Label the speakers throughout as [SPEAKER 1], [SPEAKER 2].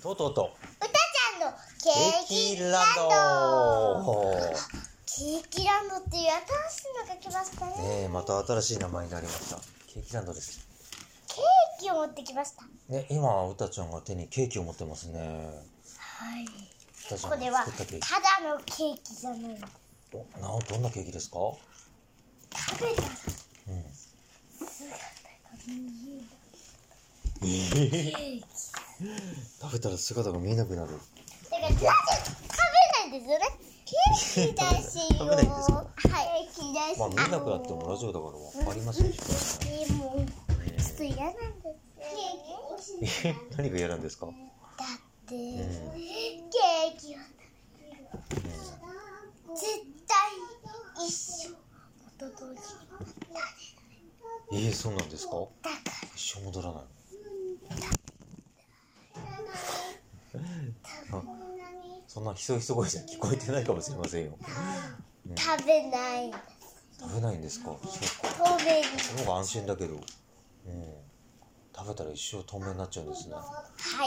[SPEAKER 1] とうとうと
[SPEAKER 2] うたちゃんのケーキランド。ケーキランドっていう新しいのが来ましたね。
[SPEAKER 1] ねえ、また新しい名前になりました。ケーキランドです。
[SPEAKER 2] ケーキを持ってきました。
[SPEAKER 1] ね、今うたちゃんが手にケーキを持ってますね。
[SPEAKER 2] はい。
[SPEAKER 1] うたちゃん
[SPEAKER 2] これは
[SPEAKER 1] が作ったケーキ。
[SPEAKER 2] ただのケーキじゃない。
[SPEAKER 1] どんなケーキですか？
[SPEAKER 2] 食べたら
[SPEAKER 1] うん。
[SPEAKER 2] 姿が見えない。
[SPEAKER 1] 食べたら姿が見えなくなる。
[SPEAKER 2] だから食べないですよね。ケーキだしよ。
[SPEAKER 1] 食べないんですか？
[SPEAKER 2] はい。ケーキだし。
[SPEAKER 1] まあ見えなくなってもラジオだからわかりますでしょ。
[SPEAKER 2] でもちょっと嫌なんですよ。
[SPEAKER 1] 何が嫌なんですか？
[SPEAKER 2] だって、ケーキは絶対一生元通りに
[SPEAKER 1] そうなんですか？
[SPEAKER 2] だから
[SPEAKER 1] 一生戻らない。そんなひそひそ声じゃ聞こえてないかもしれませんよ。
[SPEAKER 2] 食べない。
[SPEAKER 1] 食べないんですか？そうか。
[SPEAKER 2] 食べる。
[SPEAKER 1] その方が安心だけど、食べたら一生透明になっちゃうんですね。
[SPEAKER 2] はい、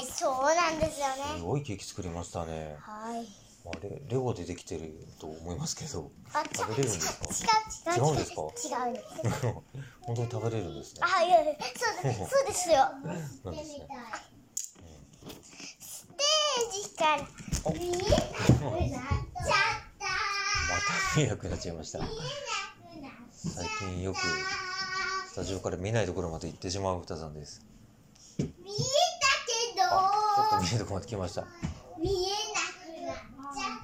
[SPEAKER 2] そうなんですよね。
[SPEAKER 1] すごいケーキ作りましたね。
[SPEAKER 2] はい。
[SPEAKER 1] レゴでできてると思いますけど、食べれるんですか？
[SPEAKER 2] 違うんですか？
[SPEAKER 1] 違うんですか？
[SPEAKER 2] 違うんです。
[SPEAKER 1] 本当に食べれるんですね。
[SPEAKER 2] あ、いや、そうですよ。
[SPEAKER 1] なんですね。
[SPEAKER 2] ステージから見えなくなっちゃった。
[SPEAKER 1] また見えなくなっちゃいました。最近よくスタジオから見えないところまで行ってしまうふたさんです。
[SPEAKER 2] 見えたけど、
[SPEAKER 1] ちょっと見えるところまで来ました。
[SPEAKER 2] 見えなくなっちゃった。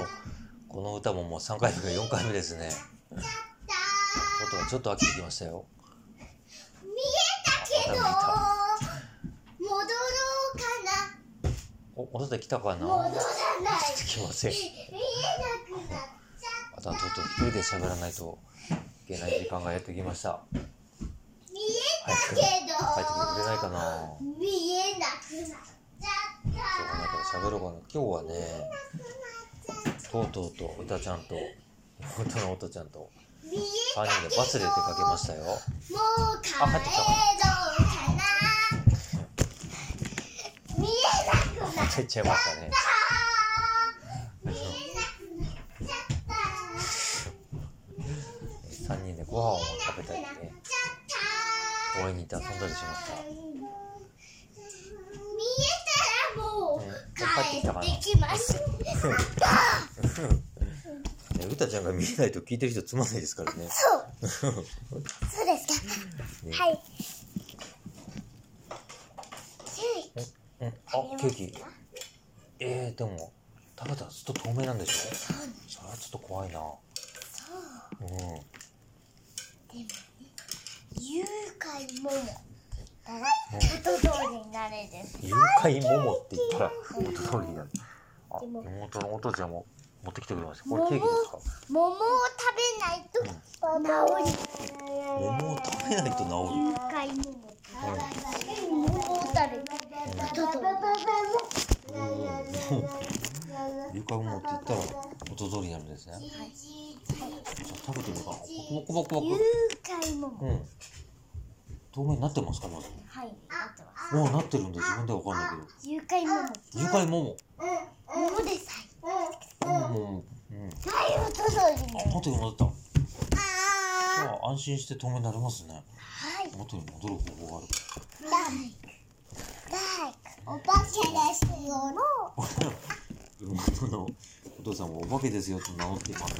[SPEAKER 1] この歌ももう3回目か4回目ですね。音がちょっと飽きてきましたよ。
[SPEAKER 2] 見えたけど、戻ろうかな。
[SPEAKER 1] 戻ってきたかな？
[SPEAKER 2] 戻らない。
[SPEAKER 1] 戻ってきません。
[SPEAKER 2] 見えなくなっちゃった。
[SPEAKER 1] あとはとうとう一人で喋らないといけない時間がやってきました。
[SPEAKER 2] 見えたけど、
[SPEAKER 1] 帰ってきてくれないかな？
[SPEAKER 2] 見えなくなっちゃった。
[SPEAKER 1] しょうがないから喋ろうかな。今日はね、とうとうとうたちゃんと妹のおとちゃんと3人でバスで出かけましたよ。
[SPEAKER 2] もう帰ろうかな。見えなくなっちゃった。
[SPEAKER 1] 帰っちゃいましたね。
[SPEAKER 2] 見えなくなっちゃった。
[SPEAKER 1] 3人でご飯を食べたりね、公園に行って遊んだりしました。
[SPEAKER 2] 見えたらもう帰ってきます。
[SPEAKER 1] うたちゃんが見えないと聞いてる人つまんないですからね。
[SPEAKER 2] そうですか。はい。
[SPEAKER 1] ケーキ。でも食べたらずっと透明なんでしょ？それはちょっと怖いな。
[SPEAKER 2] でもね、誘拐桃だら元通りになれる。
[SPEAKER 1] 誘拐桃って言ったら元通りになる。妹のお父ちゃんも持ってきてくれました。これケーキですか？
[SPEAKER 2] 桃を食べないと治る。
[SPEAKER 1] 桃を食べないと治る。
[SPEAKER 2] 誘拐桃。桃を食べる。
[SPEAKER 1] 誘拐桃って言ったら元通りになるんですね。じゃあ食べてみようかな。ボコ。
[SPEAKER 2] 誘拐桃。
[SPEAKER 1] 透明になってますか？まず。
[SPEAKER 2] はい、なってます。
[SPEAKER 1] なってるんだ。自分ではわかんないけど。
[SPEAKER 2] 誘拐桃。
[SPEAKER 1] 誘拐桃。
[SPEAKER 2] 桃でさえ。はい、元通りに。
[SPEAKER 1] 元に戻った。じゃあ安心して透明になりますね。
[SPEAKER 2] はい。
[SPEAKER 1] 元に戻る方法がある。
[SPEAKER 2] お化けですよ。
[SPEAKER 1] 妹のお父さんもお化けですよと名乗っています。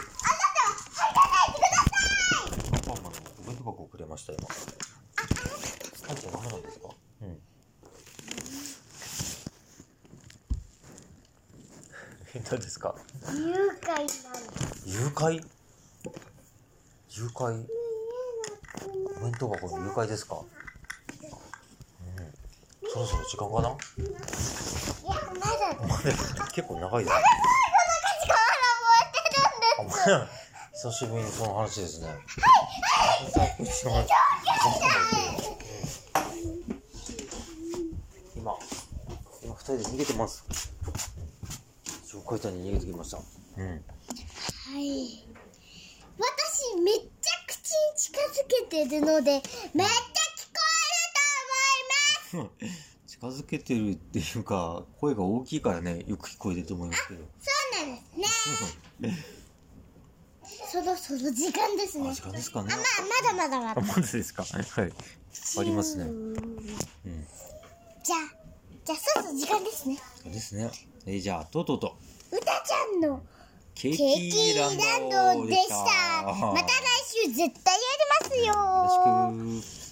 [SPEAKER 1] パパのお弁当箱をくれましたよ。入っちゃダメなんですか？何ですか？
[SPEAKER 2] 誘拐なんです。
[SPEAKER 1] 誘拐？お弁当箱の誘拐ですか？そろそろ時間かな？
[SPEAKER 2] いや、まだ
[SPEAKER 1] 結構長いですね。久しぶりにその話ですね。今2人で逃げてます。紹介隊に逃げてきました。
[SPEAKER 2] はい。私めっちゃ口に近づけてるのでめっちゃ聞こえると思います。
[SPEAKER 1] 近近づけてるっていうか、声が大きいからね、よく聞こえてると思いますけど。
[SPEAKER 2] そうなんですね。そろそろ時間ですね。
[SPEAKER 1] 時間ですかね。
[SPEAKER 2] まだ。
[SPEAKER 1] まだですか。はい。ありますね。
[SPEAKER 2] じゃあそろそろ時間ですね。
[SPEAKER 1] そうですね。じゃあ、とうとうと。
[SPEAKER 2] うたちゃんの
[SPEAKER 1] ケー
[SPEAKER 2] ケーキランドでした。また来週絶対やりますよ。
[SPEAKER 1] よろしく。